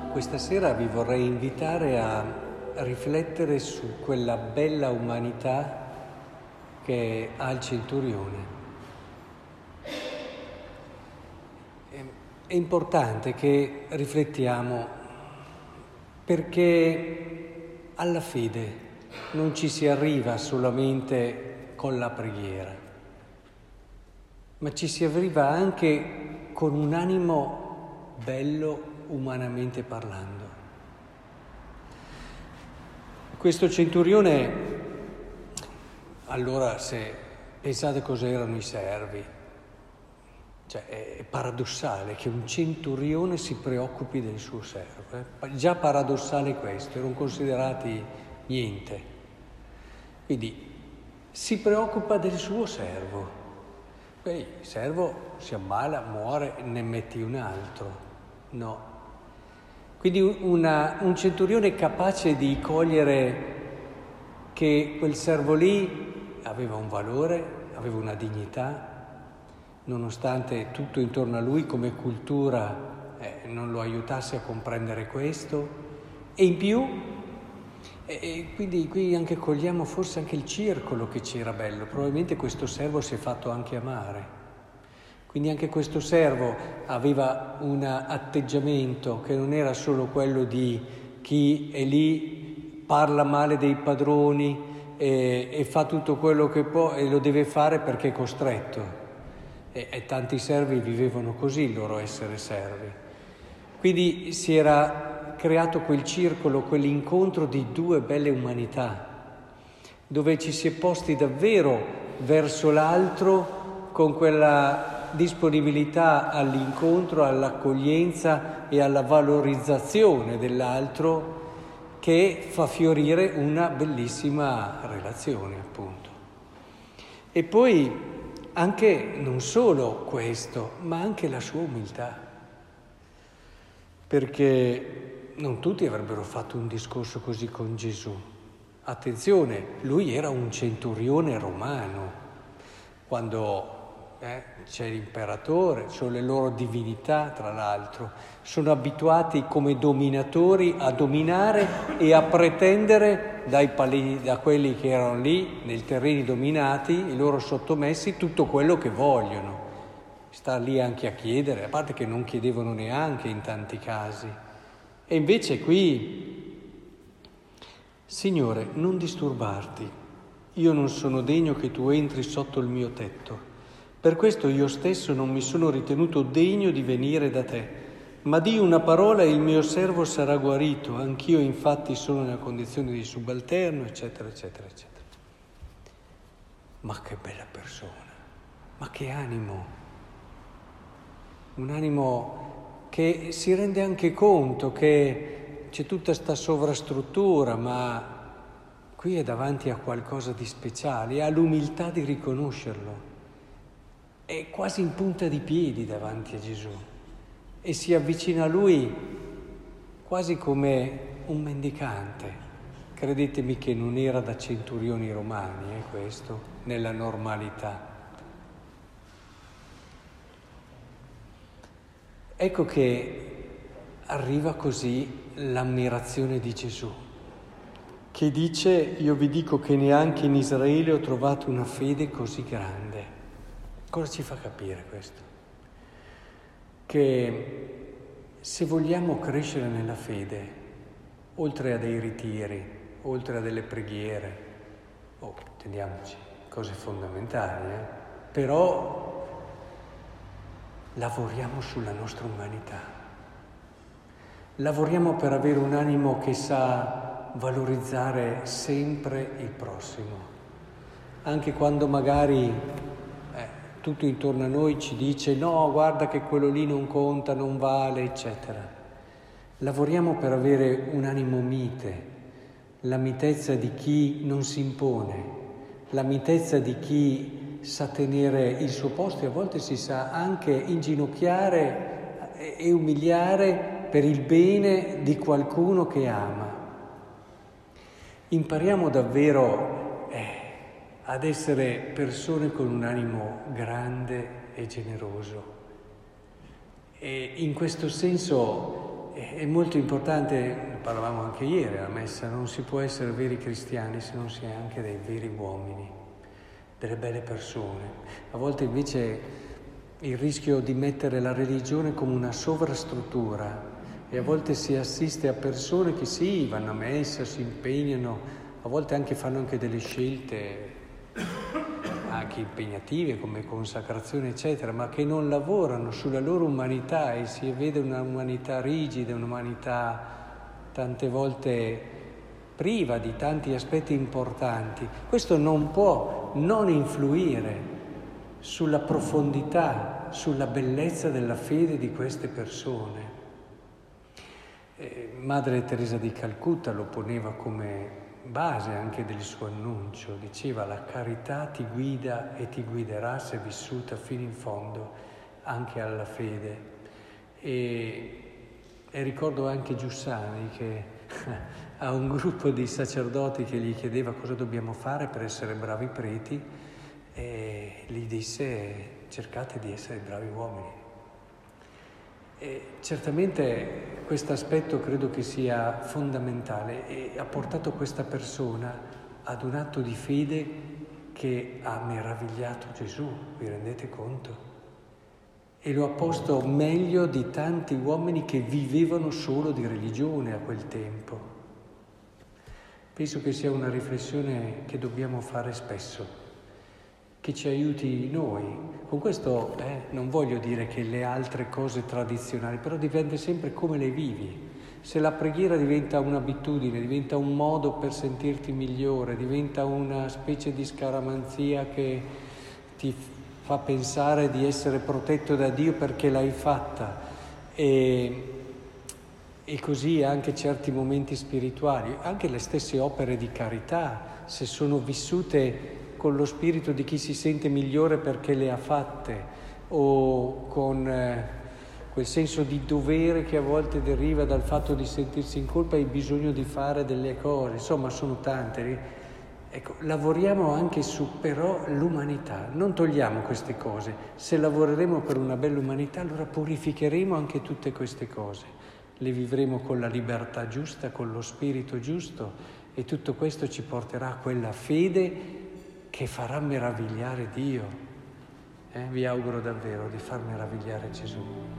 Questa sera vi vorrei invitare a riflettere su quella bella umanità che ha il centurione. È importante che riflettiamo perché alla fede non ci si arriva solamente con la preghiera, ma ci si arriva anche con un animo bello umanamente parlando. Questo centurione, allora, se pensate cos'erano i servi, cioè è paradossale che un centurione si preoccupi del suo servo. Già paradossale questo, erano considerati niente. Quindi si preoccupa del suo servo. Poi il servo si ammala, muore, ne metti un altro. No. Quindi un centurione capace di cogliere che quel servo lì aveva un valore, aveva una dignità, nonostante tutto intorno a lui come cultura non lo aiutasse a comprendere questo, e in più, quindi qui anche cogliamo forse anche il circolo che c'era bello, probabilmente questo servo si è fatto anche amare. Quindi anche questo servo aveva un atteggiamento che non era solo quello di chi è lì, parla male dei padroni e fa tutto quello che può e lo deve fare perché è costretto. E tanti servi vivevano così il loro essere servi. Quindi si era creato quel circolo, quell'incontro di due belle umanità, dove ci si è posti davvero verso l'altro con quella disponibilità all'incontro, all'accoglienza e alla valorizzazione dell'altro che fa fiorire una bellissima relazione, appunto. E poi anche non solo questo, ma anche la sua umiltà, perché non tutti avrebbero fatto un discorso così con Gesù. Attenzione, lui era un centurione romano, quando c'è l'imperatore, sono le loro divinità, tra l'altro, sono abituati come dominatori a dominare e a pretendere da quelli che erano lì, nei terreni dominati, i loro sottomessi, tutto quello che vogliono. Sta lì anche a chiedere, a parte che non chiedevano neanche in tanti casi. E invece qui, Signore, non disturbarti, io non sono degno che tu entri sotto il mio tetto. Per questo io stesso non mi sono ritenuto degno di venire da te, ma di una parola e il mio servo sarà guarito, anch'io infatti sono nella condizione di subalterno, eccetera, eccetera, eccetera. Ma che bella persona, ma che animo, un animo che si rende anche conto che c'è tutta sta sovrastruttura, ma qui è davanti a qualcosa di speciale e ha l'umiltà di riconoscerlo. È quasi in punta di piedi davanti a Gesù e si avvicina a lui quasi come un mendicante. Credetemi che non era da centurioni romani, questo, nella normalità. Ecco che arriva così l'ammirazione di Gesù, che dice: io vi dico che neanche in Israele ho trovato una fede così grande. Cosa ci fa capire questo? Che se vogliamo crescere nella fede, oltre a dei ritiri, oltre a delle preghiere, intendiamoci, cose fondamentali, però lavoriamo sulla nostra umanità. Lavoriamo per avere un animo che sa valorizzare sempre il prossimo, anche quando magari tutto intorno a noi ci dice no, guarda che quello lì non conta, non vale, eccetera. Lavoriamo per avere un animo mite, la mitezza di chi non si impone, la mitezza di chi sa tenere il suo posto e a volte si sa anche inginocchiare e umiliare per il bene di qualcuno che ama. Impariamo davvero ad essere persone con un animo grande e generoso. E in questo senso È molto importante, ne parlavamo anche ieri alla messa, non si può essere veri cristiani se non si è anche dei veri uomini, delle belle persone. A volte invece il rischio di mettere la religione come una sovrastruttura, e a volte si assiste a persone che sì, vanno a messa, si impegnano, a volte anche fanno anche delle scelte anche impegnative come consacrazione eccetera, ma che non lavorano sulla loro umanità, e si vede una umanità rigida, un'umanità tante volte priva di tanti aspetti importanti. Questo non può non influire sulla profondità, sulla bellezza della fede di queste persone. Madre Teresa di Calcutta lo poneva come base anche del suo annuncio, diceva: la carità ti guida e ti guiderà se vissuta fino in fondo anche alla fede. E ricordo anche Giussani che a un gruppo di sacerdoti che gli chiedeva cosa dobbiamo fare per essere bravi preti, e gli disse: cercate di essere bravi uomini. E certamente questo aspetto credo che sia fondamentale, e ha portato questa persona ad un atto di fede che ha meravigliato Gesù, vi rendete conto? E lo ha posto meglio di tanti uomini che vivevano solo di religione a quel tempo. Penso che sia una riflessione che dobbiamo fare spesso, che ci aiuti noi. Con questo non voglio dire che le altre cose tradizionali, però dipende sempre come le vivi. Se la preghiera diventa un'abitudine, diventa un modo per sentirti migliore, diventa una specie di scaramanzia che ti fa pensare di essere protetto da Dio perché l'hai fatta, e così anche certi momenti spirituali, anche le stesse opere di carità, se sono vissute con lo spirito di chi si sente migliore perché le ha fatte, o con quel senso di dovere che a volte deriva dal fatto di sentirsi in colpa e il bisogno di fare delle cose, insomma sono tante. Ecco, lavoriamo anche su però l'umanità, non togliamo queste cose. Se lavoreremo per una bella umanità, allora purificheremo anche tutte queste cose, le vivremo con la libertà giusta, con lo spirito giusto, e tutto questo ci porterà a quella fede che farà meravigliare Dio. Vi auguro davvero di far meravigliare Gesù.